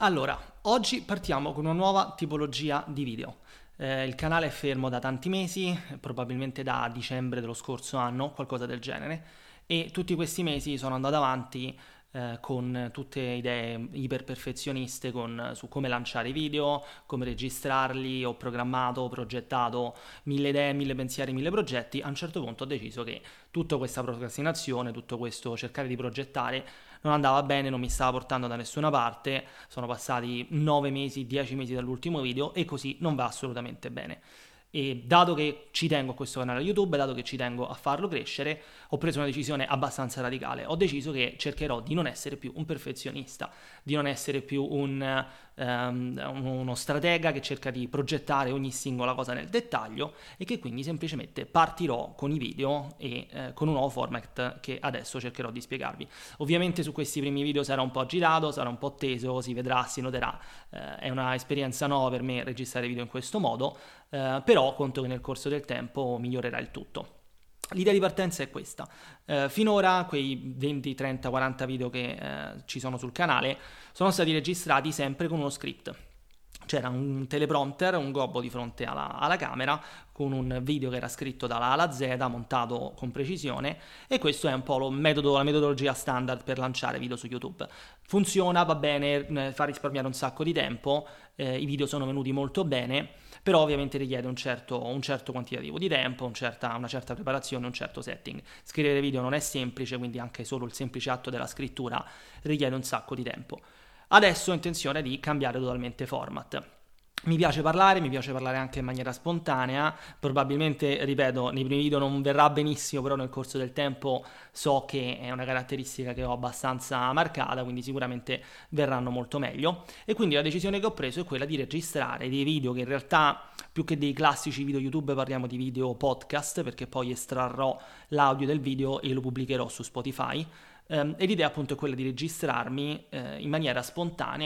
Allora, oggi partiamo con una nuova tipologia di video. Il canale è fermo da tanti mesi, probabilmente da dicembre dello scorso anno, qualcosa del genere, e tutti questi mesi sono andato avanti con tutte idee iperperfezioniste su come lanciare i video, come registrarli, ho programmato, ho progettato mille idee, mille pensieri, mille progetti. A un certo punto ho deciso che tutta questa procrastinazione, tutto questo cercare di progettare non andava bene, non mi stava portando da nessuna parte. Sono passati 9 mesi, 10 mesi dall'ultimo video e così non va assolutamente bene. E dato che ci tengo a questo canale YouTube, dato che ci tengo a farlo crescere, ho preso una decisione abbastanza radicale. Ho deciso che cercherò di non essere più un perfezionista, di non essere più uno stratega che cerca di progettare ogni singola cosa nel dettaglio e che quindi semplicemente partirò con i video e con un nuovo format che adesso cercherò di spiegarvi. Ovviamente su questi primi video sarà un po' girato, sarà un po' teso, si vedrà, si noterà. È una esperienza nuova per me registrare video in questo modo, però conto che nel corso del tempo migliorerà il tutto. L'idea di partenza è questa. Finora quei 20, 30, 40 video che ci sono sul canale sono stati registrati sempre con uno script. C'era un teleprompter, un gobbo di fronte alla camera con un video che era scritto dalla A alla Z, montato con precisione, e questo è un po' la metodologia standard per lanciare video su YouTube. Funziona, va bene, fa risparmiare un sacco di tempo, i video sono venuti molto bene, però ovviamente richiede un certo quantitativo di tempo, una certa preparazione, un certo setting. Scrivere video non è semplice, quindi anche solo il semplice atto della scrittura richiede un sacco di tempo. Adesso ho intenzione di cambiare totalmente format. Mi piace parlare anche in maniera spontanea, probabilmente, ripeto, nei primi video non verrà benissimo, però nel corso del tempo so che è una caratteristica che ho abbastanza marcata, quindi sicuramente verranno molto meglio. E quindi la decisione che ho preso è quella di registrare dei video che in realtà, più che dei classici video YouTube, parliamo di video podcast, perché poi estrarrò l'audio del video e lo pubblicherò su Spotify. E l'idea appunto è quella di registrarmi in maniera spontanea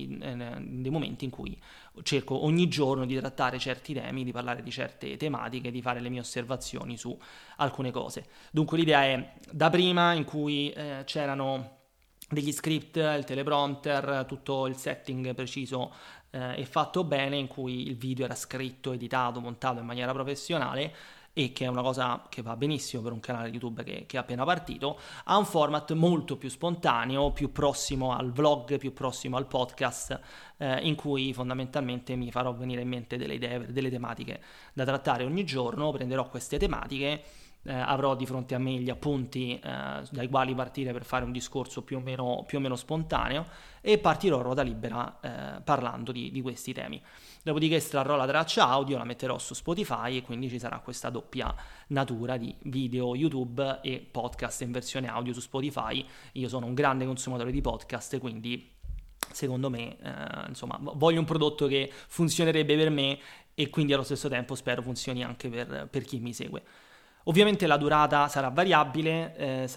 in dei momenti in cui cerco ogni giorno di trattare certi temi, di parlare di certe tematiche, di fare le mie osservazioni su alcune cose. Dunque l'idea è da prima, in cui c'erano degli script, il teleprompter, tutto il setting preciso e fatto bene, in cui il video era scritto, editato, montato in maniera professionale, e che è una cosa che va benissimo per un canale YouTube che è appena partito, ha un format molto più spontaneo, più prossimo al vlog, più prossimo al podcast, in cui fondamentalmente mi farò venire in mente delle idee, delle tematiche da trattare ogni giorno. Prenderò queste tematiche, avrò di fronte a me gli appunti dai quali partire per fare un discorso più o meno spontaneo, e partirò a ruota libera parlando di questi temi. Dopodiché estrarrò la traccia audio, la metterò su Spotify, e quindi ci sarà questa doppia natura di video YouTube e podcast in versione audio su Spotify. Io sono un grande consumatore di podcast, quindi secondo me voglio un prodotto che funzionerebbe per me, e quindi allo stesso tempo spero funzioni anche per chi mi segue. Ovviamente la durata sarà variabile,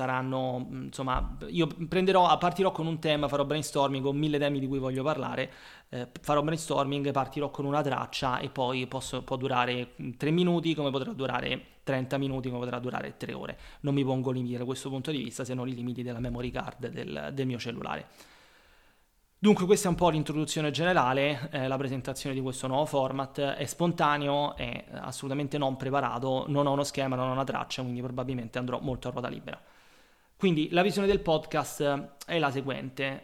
io partirò con un tema, farò brainstorming con 1000 temi di cui voglio parlare, farò brainstorming, partirò con una traccia e poi può durare 3 minuti, come potrà durare 30 minuti, come potrà durare 3 ore. Non mi pongo limiti da questo punto di vista, se non i limiti della memory card del mio cellulare. Dunque questa è un po' l'introduzione generale, la presentazione di questo nuovo format. È spontaneo, è assolutamente non preparato, non ho uno schema, non ho una traccia, quindi probabilmente andrò molto a ruota libera. Quindi la visione del podcast è la seguente: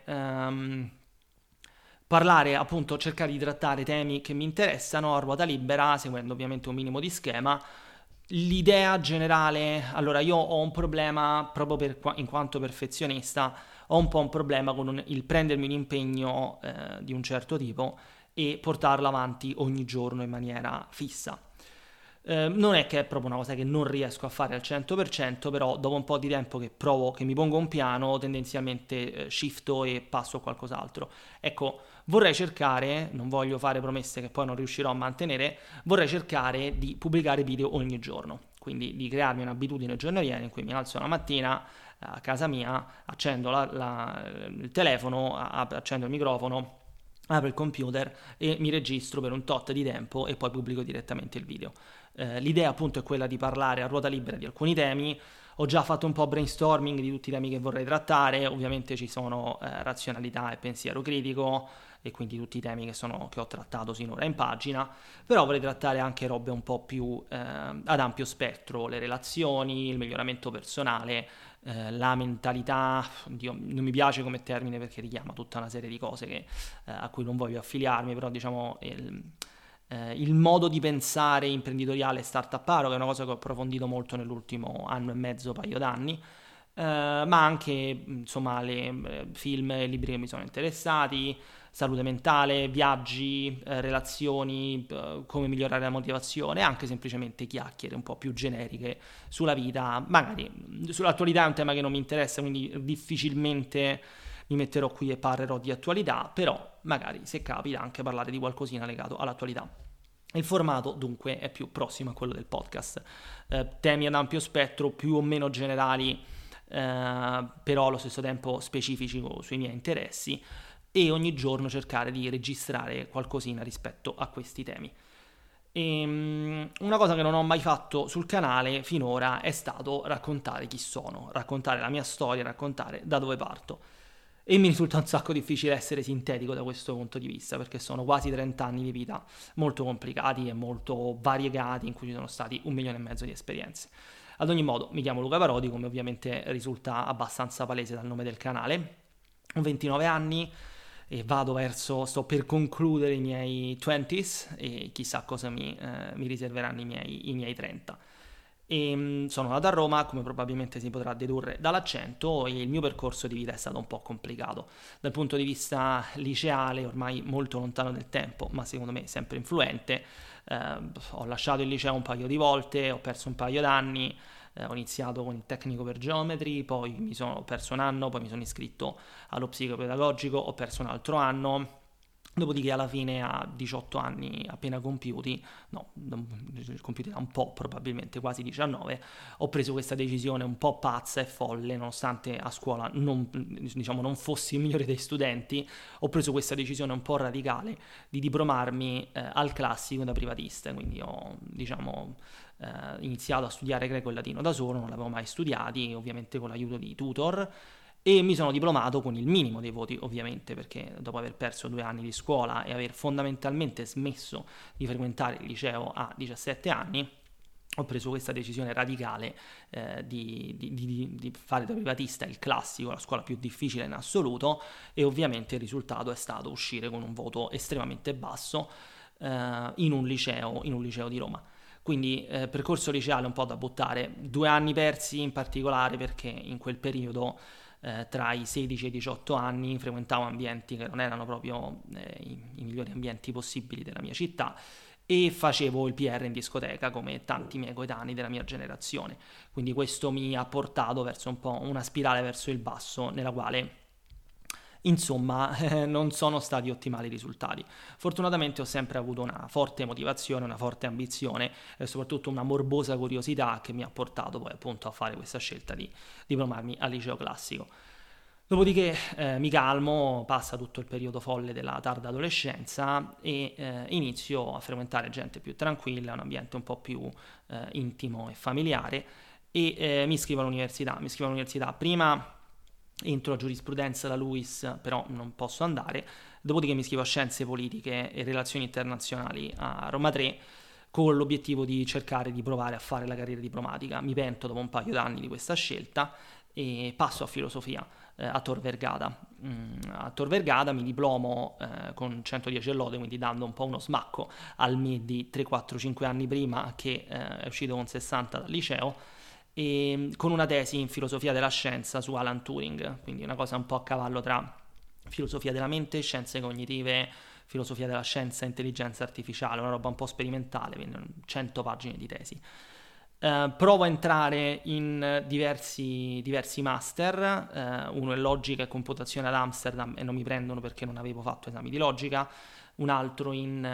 parlare, appunto, cercare di trattare temi che mi interessano a ruota libera, seguendo ovviamente un minimo di schema. L'idea generale, allora io ho un problema proprio in quanto perfezionista, ho un po' un problema con il prendermi un impegno di un certo tipo e portarlo avanti ogni giorno in maniera fissa. Non è che è proprio una cosa che non riesco a fare al 100%, però dopo un po' di tempo che provo, che mi pongo un piano, tendenzialmente shifto e passo a qualcos'altro. Ecco, vorrei cercare, non voglio fare promesse che poi non riuscirò a mantenere, vorrei cercare di pubblicare video ogni giorno, quindi di crearmi un'abitudine giornaliera in cui mi alzo la mattina a casa mia, accendo il telefono, accendo il microfono, apro il computer e mi registro per un tot di tempo e poi pubblico direttamente il video. L'idea appunto è quella di parlare a ruota libera di alcuni temi. Ho già fatto un po' brainstorming di tutti i temi che vorrei trattare, ovviamente ci sono razionalità e pensiero critico, e quindi tutti i temi che ho trattato sinora in pagina, però vorrei trattare anche robe un po' più ad ampio spettro, le relazioni, il miglioramento personale, la mentalità. Oddio, non mi piace come termine perché richiama tutta una serie di cose a cui non voglio affiliarmi, però diciamo il modo di pensare imprenditoriale startuparo, che è una cosa che ho approfondito molto nell'ultimo anno e mezzo, paio d'anni, ma anche insomma film e libri che mi sono interessati, salute mentale, viaggi, relazioni, come migliorare la motivazione, anche semplicemente chiacchiere un po' più generiche sulla vita. Magari sull'attualità è un tema che non mi interessa, quindi difficilmente mi metterò qui e parlerò di attualità, però magari se capita anche parlare di qualcosina legato all'attualità. Il formato dunque è più prossimo a quello del podcast, temi ad ampio spettro, più o meno generali, però allo stesso tempo specifici sui miei interessi, e ogni giorno cercare di registrare qualcosina rispetto a questi temi. Una cosa che non ho mai fatto sul canale finora è stato raccontare chi sono, raccontare la mia storia, raccontare da dove parto. E mi risulta un sacco difficile essere sintetico da questo punto di vista, perché sono quasi 30 anni di vita molto complicati e molto variegati, in cui ci sono stati 1,5 milioni di esperienze. Ad ogni modo, mi chiamo Luca Parodi, come ovviamente risulta abbastanza palese dal nome del canale. Ho 29 anni e sto per concludere i miei 20s e chissà cosa mi riserveranno i miei 30. Sono nato a Roma, come probabilmente si potrà dedurre dall'accento, e il mio percorso di vita è stato un po' complicato dal punto di vista liceale, ormai molto lontano nel tempo, ma secondo me sempre influente. Ho lasciato il liceo un paio di volte, ho perso un paio d'anni, ho iniziato con il tecnico per geometri, poi ho perso un anno, poi mi sono iscritto allo psicopedagogico, ho perso un altro anno. Dopodiché alla fine, a 18 anni appena compiuti, compiuti da un po', probabilmente quasi 19, ho preso questa decisione un po' pazza e folle, nonostante a scuola non fossi il migliore dei studenti. Ho preso questa decisione un po' radicale di diplomarmi al classico da privatista, quindi ho iniziato a studiare greco e latino da solo, non l'avevo mai studiati, ovviamente con l'aiuto di tutor, e mi sono diplomato con il minimo dei voti, ovviamente, perché dopo aver perso 2 anni di scuola e aver fondamentalmente smesso di frequentare il liceo a 17 anni, ho preso questa decisione radicale di fare da privatista il classico, la scuola più difficile in assoluto, e ovviamente il risultato è stato uscire con un voto estremamente basso in un liceo di Roma. Quindi percorso liceale un po' da buttare, 2 anni persi in particolare perché in quel periodo tra i 16 e i 18 anni frequentavo ambienti che non erano proprio i migliori ambienti possibili della mia città, e facevo il PR in discoteca come tanti miei coetanei della mia generazione. Quindi questo mi ha portato verso un po' una spirale verso il basso, nella quale insomma non sono stati ottimali i risultati. Fortunatamente ho sempre avuto una forte motivazione, una forte ambizione e soprattutto una morbosa curiosità che mi ha portato poi appunto a fare questa scelta di diplomarmi al liceo classico. Dopodiché mi calmo, passa tutto il periodo folle della tarda adolescenza e inizio a frequentare gente più tranquilla, un ambiente un po' più intimo e familiare, e mi iscrivo all'università. Prima entro a giurisprudenza da LUISS, però non posso andare. Dopodiché mi iscrivo a scienze politiche e relazioni internazionali a Roma 3, con l'obiettivo di cercare di provare a fare la carriera diplomatica. Mi pento dopo un paio d'anni di questa scelta e passo a filosofia a Tor Vergata. A Tor Vergata mi diplomo con 110 lode, quindi dando un po' uno smacco al me di 3, 4, 5 anni prima, che è uscito con 60 dal liceo, e con una tesi in filosofia della scienza su Alan Turing, quindi una cosa un po' a cavallo tra filosofia della mente, scienze cognitive, filosofia della scienza e intelligenza artificiale, una roba un po' sperimentale, quindi 100 pagine di tesi. Provo a entrare in diversi master, uno è logica e computazione ad Amsterdam e non mi prendono perché non avevo fatto esami di logica, un altro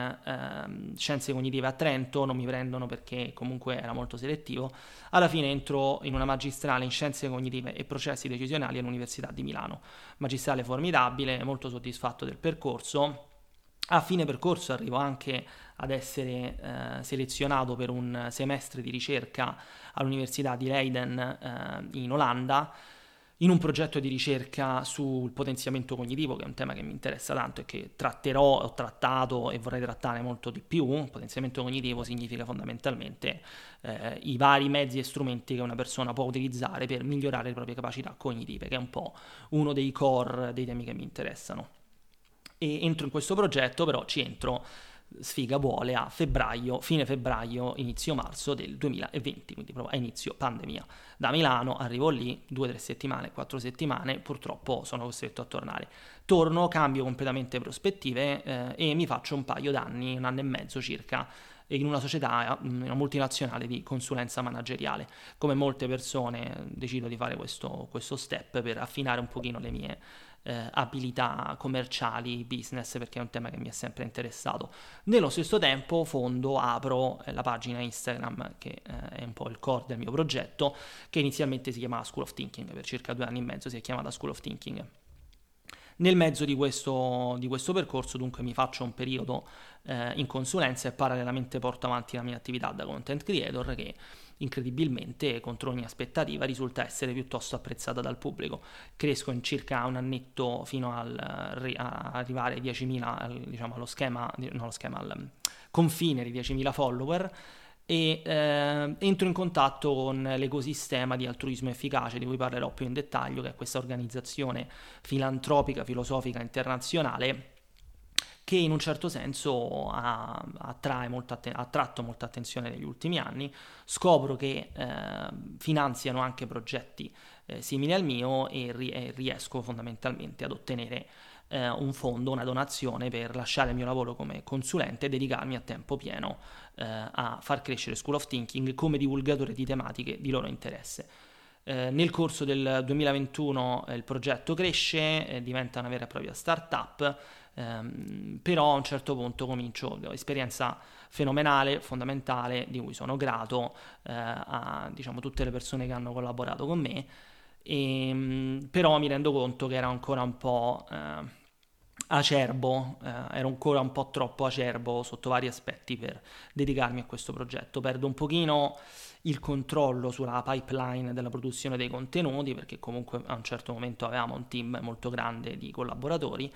in scienze cognitive a Trento, non mi prendono perché comunque era molto selettivo. Alla fine entro in una magistrale in scienze cognitive e processi decisionali all'Università di Milano, magistrale formidabile, molto soddisfatto del percorso. A fine percorso arrivo anche ad essere selezionato per un semestre di ricerca all'Università di Leiden in Olanda, in un progetto di ricerca sul potenziamento cognitivo, che è un tema che mi interessa tanto e che tratterò, ho trattato e vorrei trattare molto di più. Potenziamento cognitivo significa fondamentalmente i vari mezzi e strumenti che una persona può utilizzare per migliorare le proprie capacità cognitive, che è un po' uno dei core dei temi che mi interessano. E entro in questo progetto, però ci entro, sfiga vuole, a febbraio, fine febbraio, inizio marzo del 2020, quindi proprio a inizio pandemia. Da Milano arrivo lì, 2-3 settimane, 4 settimane, purtroppo sono costretto a tornare. Torno, cambio completamente prospettive e mi faccio un paio d'anni, un anno e mezzo circa, in una società, una multinazionale di consulenza manageriale. Come molte persone decido di fare questo step per affinare un pochino le mie abilità commerciali, business, perché è un tema che mi è sempre interessato. Nello stesso tempo apro la pagina Instagram, che è un po' il core del mio progetto, che inizialmente si chiamava School of Thinking, per circa 2 anni e mezzo si è chiamata School of Thinking. Nel mezzo di questo percorso dunque mi faccio un periodo in consulenza e parallelamente porto avanti la mia attività da content creator, che incredibilmente, contro ogni aspettativa, risulta essere piuttosto apprezzata dal pubblico. Cresco in circa un annetto fino a arrivare ai 10.000, diciamo al confine di 10.000 follower, e entro in contatto con l'ecosistema di altruismo efficace, di cui parlerò più in dettaglio, che è questa organizzazione filantropica, filosofica internazionale, che in un certo senso ha attratto molta attenzione negli ultimi anni. Scopro che finanziano anche progetti simili al mio e riesco fondamentalmente ad ottenere un fondo, una donazione, per lasciare il mio lavoro come consulente e dedicarmi a tempo pieno a far crescere School of Thinking come divulgatore di tematiche di loro interesse. Nel corso del 2021 il progetto cresce, diventa una vera e propria startup, però a un certo punto comincio l'esperienza fenomenale, fondamentale, di cui sono grato a, diciamo, tutte le persone che hanno collaborato con me, però mi rendo conto che era ancora un po' acerbo, ero ancora un po' troppo acerbo sotto vari aspetti per dedicarmi a questo progetto. Perdo un pochino il controllo sulla pipeline della produzione dei contenuti, perché comunque a un certo momento avevamo un team molto grande di collaboratori,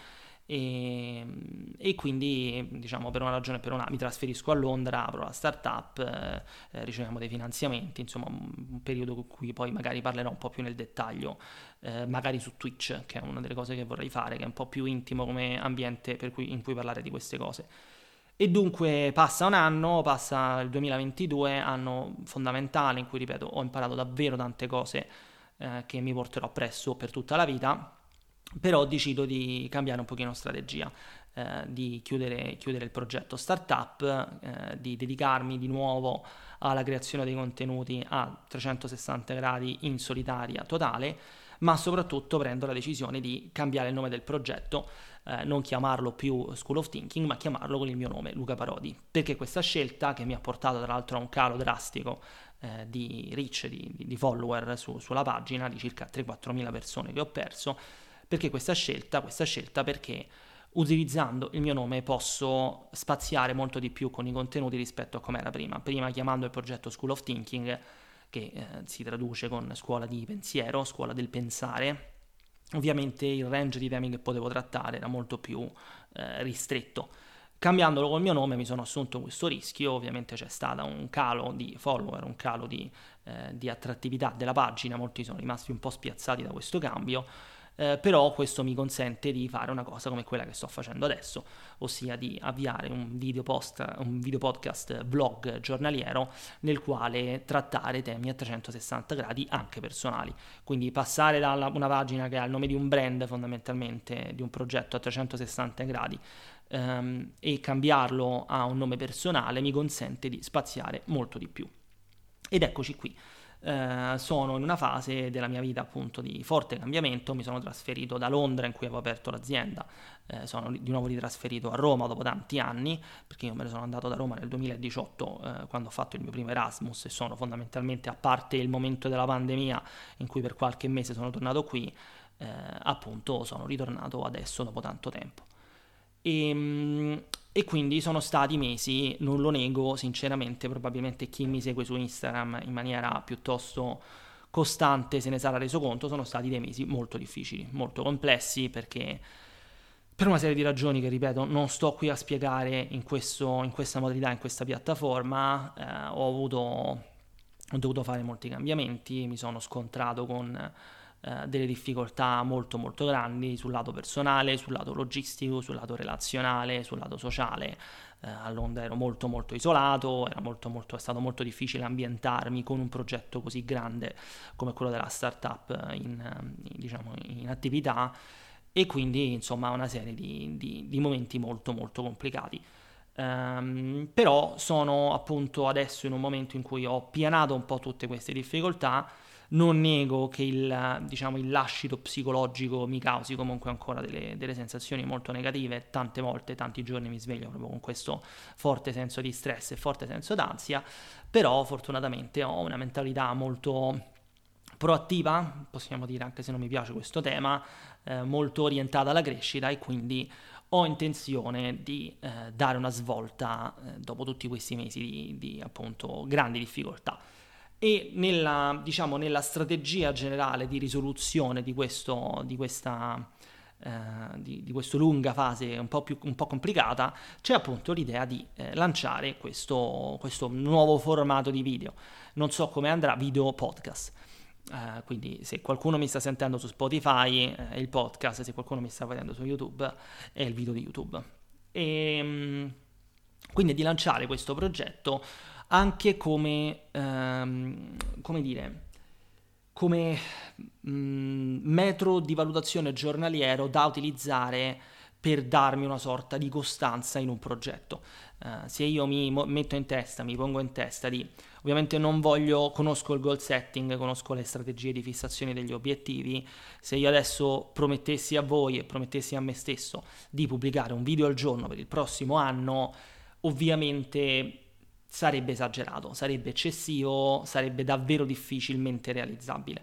e quindi, diciamo, per una ragione o per una mi trasferisco a Londra, apro la startup, riceviamo dei finanziamenti, insomma un periodo con cui poi magari parlerò un po' più nel dettaglio, magari su Twitch, che è una delle cose che vorrei fare, che è un po' più intimo come ambiente in cui parlare di queste cose. E dunque passa un anno, passa il 2022, anno fondamentale in cui, ripeto, ho imparato davvero tante cose che mi porterò appresso per tutta la vita. Però decido di cambiare un pochino strategia, di chiudere il progetto startup, di dedicarmi di nuovo alla creazione dei contenuti a 360 gradi in solitaria totale, ma soprattutto prendo la decisione di cambiare il nome del progetto, non chiamarlo più School of Thinking, ma chiamarlo con il mio nome, Luca Parodi. Perché questa scelta, che mi ha portato tra l'altro a un calo drastico di reach, di follower sulla pagina, di circa 3-4 mila persone che ho perso. Perché questa scelta? Perché utilizzando il mio nome posso spaziare molto di più con i contenuti rispetto a come era prima. Prima, chiamando il progetto School of Thinking, che si traduce con scuola di pensiero, scuola del pensare, ovviamente il range di temi che potevo trattare era molto più ristretto. Cambiandolo col mio nome mi sono assunto questo rischio, ovviamente c'è stato un calo di follower, un calo di attrattività della pagina, molti sono rimasti un po' spiazzati da questo cambio. Però questo mi consente di fare una cosa come quella che sto facendo adesso, ossia di avviare un video podcast vlog giornaliero nel quale trattare temi a 360 gradi anche personali. Quindi passare da una pagina che ha il nome di un brand, fondamentalmente di un progetto a 360 gradi, e cambiarlo a un nome personale mi consente di spaziare molto di più. Ed eccoci qui. Sono in una fase della mia vita appunto di forte cambiamento. Mi sono trasferito da Londra, in cui avevo aperto l'azienda, sono di nuovo ritrasferito a Roma dopo tanti anni, perché io me ne sono andato da Roma nel 2018 quando ho fatto il mio primo Erasmus, e sono fondamentalmente, a parte il momento della pandemia in cui per qualche mese sono tornato qui, appunto sono ritornato adesso dopo tanto tempo. E quindi sono stati mesi, non lo nego sinceramente, probabilmente chi mi segue su Instagram in maniera piuttosto costante se ne sarà reso conto, sono stati dei mesi molto difficili, molto complessi, perché per una serie di ragioni che, ripeto, non sto qui a spiegare in questa modalità, in questa piattaforma, ho dovuto fare molti cambiamenti, mi sono scontrato con delle difficoltà molto molto grandi sul lato personale, sul lato logistico, sul lato relazionale, sul lato sociale. A Londra ero molto molto isolato, è stato molto difficile ambientarmi con un progetto così grande come quello della startup diciamo, in attività, e quindi insomma una serie di momenti molto molto complicati. Però sono appunto adesso in un momento in cui ho pianato un po' tutte queste difficoltà. Non nego che diciamo, il lascito psicologico mi causi comunque ancora delle sensazioni molto negative. Tante volte, tanti giorni mi sveglio proprio con questo forte senso di stress e forte senso d'ansia, però fortunatamente ho una mentalità molto proattiva, possiamo dire, anche se non mi piace questo tema, molto orientata alla crescita, e quindi ho intenzione di dare una svolta dopo tutti questi mesi di appunto grandi difficoltà. E diciamo, nella strategia generale di risoluzione di questa lunga fase un po' complicata, c'è appunto l'idea di lanciare questo nuovo formato di video. Non so come andrà, video podcast. Quindi se qualcuno mi sta sentendo su Spotify è il podcast, se qualcuno mi sta vedendo su YouTube è il video di YouTube. Quindi di lanciare questo progetto anche come metro di valutazione giornaliero da utilizzare per darmi una sorta di costanza in un progetto. Se io mi pongo in testa di, ovviamente conosco il goal setting, conosco le strategie di fissazione degli obiettivi. Se io adesso promettessi a voi e promettessi a me stesso di pubblicare un video al giorno per il prossimo anno, ovviamente sarebbe esagerato, sarebbe eccessivo, sarebbe davvero difficilmente realizzabile.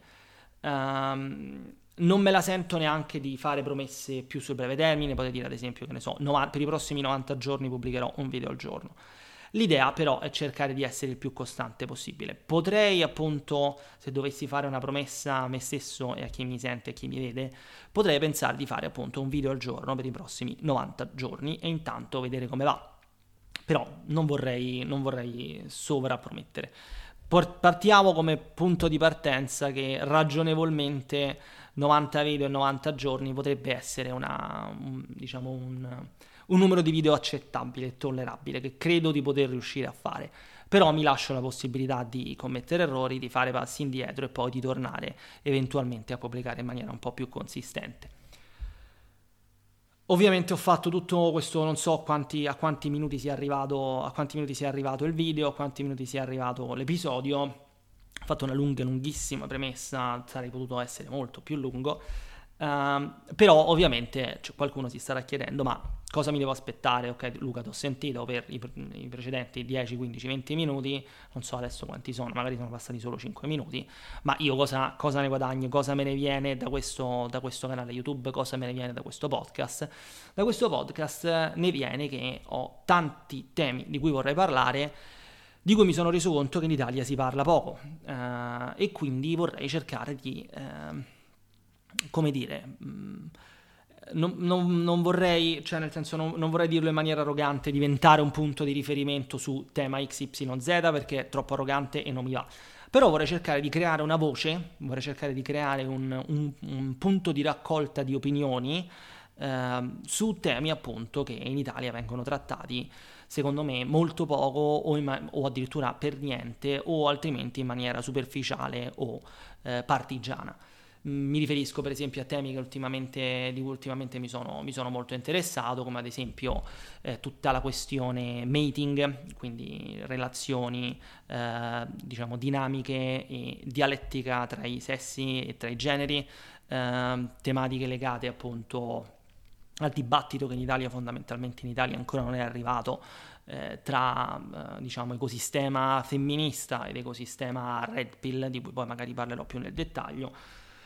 Non me la sento neanche di fare promesse più sul breve termine. Potete dire ad esempio, che ne so, per i prossimi 90 giorni pubblicherò un video al giorno. L'idea però è cercare di essere il più costante possibile. Potrei appunto, se dovessi fare una promessa a me stesso e a chi mi sente e chi mi vede, potrei pensare di fare appunto un video al giorno per i prossimi 90 giorni e intanto vedere come va. Però non vorrei sovrappromettere. Partiamo come punto di partenza che ragionevolmente 90 video e 90 giorni potrebbe essere un numero di video accettabile e tollerabile, che credo di poter riuscire a fare. Però mi lascio la possibilità di commettere errori, di fare passi indietro e poi di tornare eventualmente a pubblicare in maniera un po' più consistente. Ovviamente ho fatto tutto questo, non so a quanti minuti sia arrivato il video, a quanti minuti sia arrivato l'episodio. Ho fatto una lunghissima premessa, sarei potuto essere molto più lungo. Però ovviamente qualcuno si starà chiedendo: ma cosa mi devo aspettare? Ok Luca, ti ho sentito per i precedenti 10, 15, 20 minuti, non so adesso quanti sono, magari sono passati solo 5 minuti, ma io cosa ne guadagno, cosa me ne viene da questo canale YouTube, cosa me ne viene da questo podcast? Da questo podcast ne viene che ho tanti temi di cui vorrei parlare, di cui mi sono reso conto che in Italia si parla poco, e quindi vorrei cercare di come dire, non vorrei, cioè nel senso non vorrei dirlo in maniera arrogante, diventare un punto di riferimento su tema XYZ, perché è troppo arrogante e non mi va. Però vorrei cercare di creare una voce, vorrei cercare di creare un punto di raccolta di opinioni su temi appunto che in Italia vengono trattati secondo me molto poco o addirittura per niente, o altrimenti in maniera superficiale o partigiana. Mi riferisco per esempio a temi di cui ultimamente mi sono molto interessato, come ad esempio tutta la questione mating, quindi relazioni, diciamo dinamiche e dialettica tra i sessi e tra i generi, tematiche legate appunto al dibattito che fondamentalmente in Italia ancora non è arrivato, tra diciamo ecosistema femminista ed ecosistema red pill, di cui poi magari parlerò più nel dettaglio.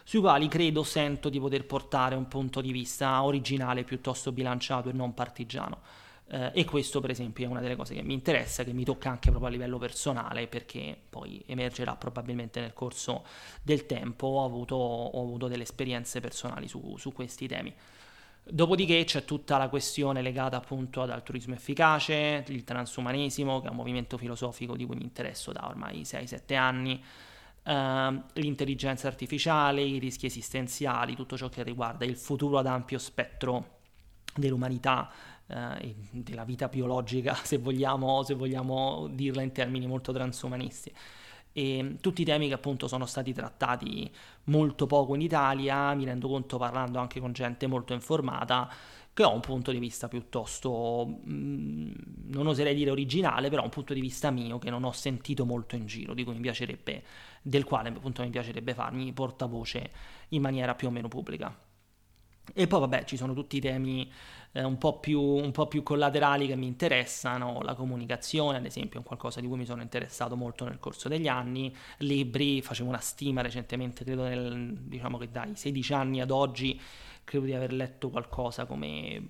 sui quali sento di poter portare un punto di vista originale piuttosto bilanciato e non partigiano. E questo per esempio è una delle cose che mi interessa, che mi tocca anche proprio a livello personale, perché poi emergerà probabilmente nel corso del tempo. Ho avuto delle esperienze personali su questi temi. Dopodiché c'è tutta la questione legata appunto ad altruismo efficace, il transumanesimo, che è un movimento filosofico di cui mi interesso da ormai 6-7 anni, l'intelligenza artificiale, i rischi esistenziali, tutto ciò che riguarda il futuro ad ampio spettro dell'umanità, e della vita biologica, se vogliamo dirla in termini molto transumanisti. E tutti i temi che appunto sono stati trattati molto poco in Italia, mi rendo conto parlando anche con gente molto informata, che ho un punto di vista piuttosto, non oserei dire originale, però un punto di vista mio che non ho sentito molto in giro, del quale appunto mi piacerebbe farmi portavoce in maniera più o meno pubblica. E poi vabbè, ci sono tutti i temi un po' più collaterali che mi interessano, la comunicazione ad esempio è un qualcosa di cui mi sono interessato molto nel corso degli anni, libri, facevo una stima recentemente, diciamo che dai 16 anni ad oggi, credo di aver letto qualcosa come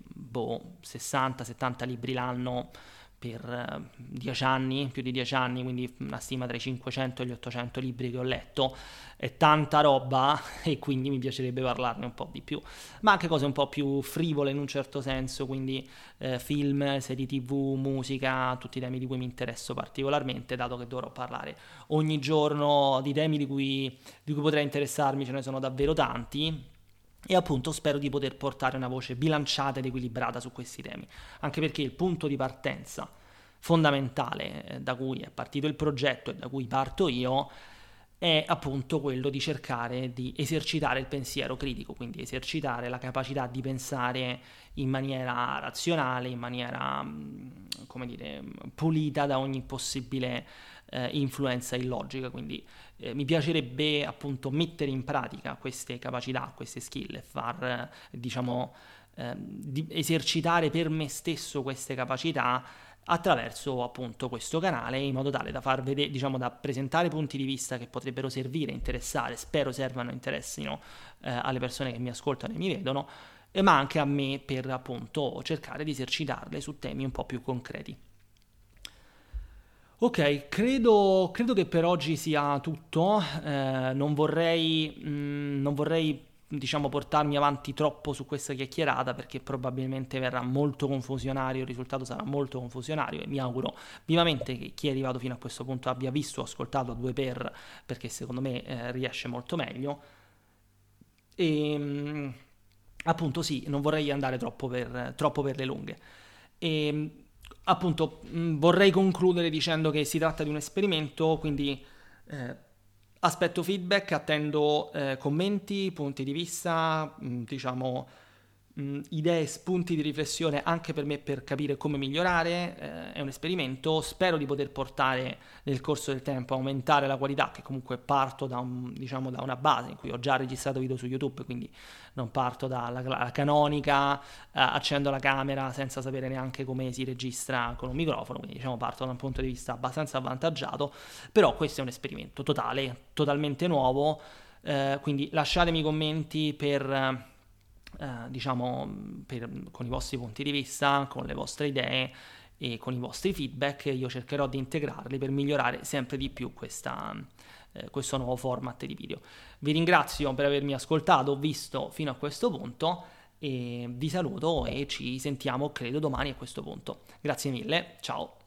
60-70 libri l'anno per 10 anni, più di 10 anni, quindi una stima tra i 500 e gli 800 libri che ho letto. È tanta roba e quindi mi piacerebbe parlarne un po' di più, ma anche cose un po' più frivole in un certo senso, quindi film, serie TV, musica, tutti i temi di cui mi interesso particolarmente, dato che dovrò parlare ogni giorno di temi di cui potrei interessarmi, ce ne sono davvero tanti. E appunto spero di poter portare una voce bilanciata ed equilibrata su questi temi, anche perché il punto di partenza fondamentale da cui è partito il progetto e da cui parto io è appunto quello di cercare di esercitare il pensiero critico, quindi esercitare la capacità di pensare in maniera razionale, in maniera, come dire, pulita da ogni possibile influenza illogica. Quindi mi piacerebbe appunto mettere in pratica queste capacità, queste skill e far, esercitare per me stesso queste capacità attraverso appunto questo canale, in modo tale da far vedere, da presentare punti di vista che potrebbero servire, interessare, spero servano e interessino alle persone che mi ascoltano e mi vedono, ma anche a me per appunto cercare di esercitarle su temi un po' più concreti. Ok, credo che per oggi sia tutto. Non vorrei portarmi avanti troppo su questa chiacchierata, perché probabilmente verrà molto confusionario, il risultato sarà molto confusionario, e mi auguro vivamente che chi è arrivato fino a questo punto abbia visto o ascoltato a due perché secondo me riesce molto meglio. E appunto sì, non vorrei andare troppo per le lunghe. E appunto vorrei concludere dicendo che si tratta di un esperimento, quindi aspetto feedback, attendo commenti, punti di vista, idee, spunti di riflessione anche per me, per capire come migliorare. È un esperimento, spero di poter portare nel corso del tempo a aumentare la qualità, che comunque parto da una base in cui ho già registrato video su YouTube, quindi non parto dalla canonica, accendo la camera senza sapere neanche come si registra con un microfono, quindi parto da un punto di vista abbastanza avvantaggiato, però questo è un esperimento totalmente nuovo, quindi lasciatemi commenti con i vostri punti di vista, con le vostre idee e con i vostri feedback. Io cercherò di integrarli per migliorare sempre di più questo nuovo format di video. Vi ringrazio per avermi ascoltato, visto fino a questo punto, e vi saluto e ci sentiamo credo domani a questo punto. Grazie mille, ciao!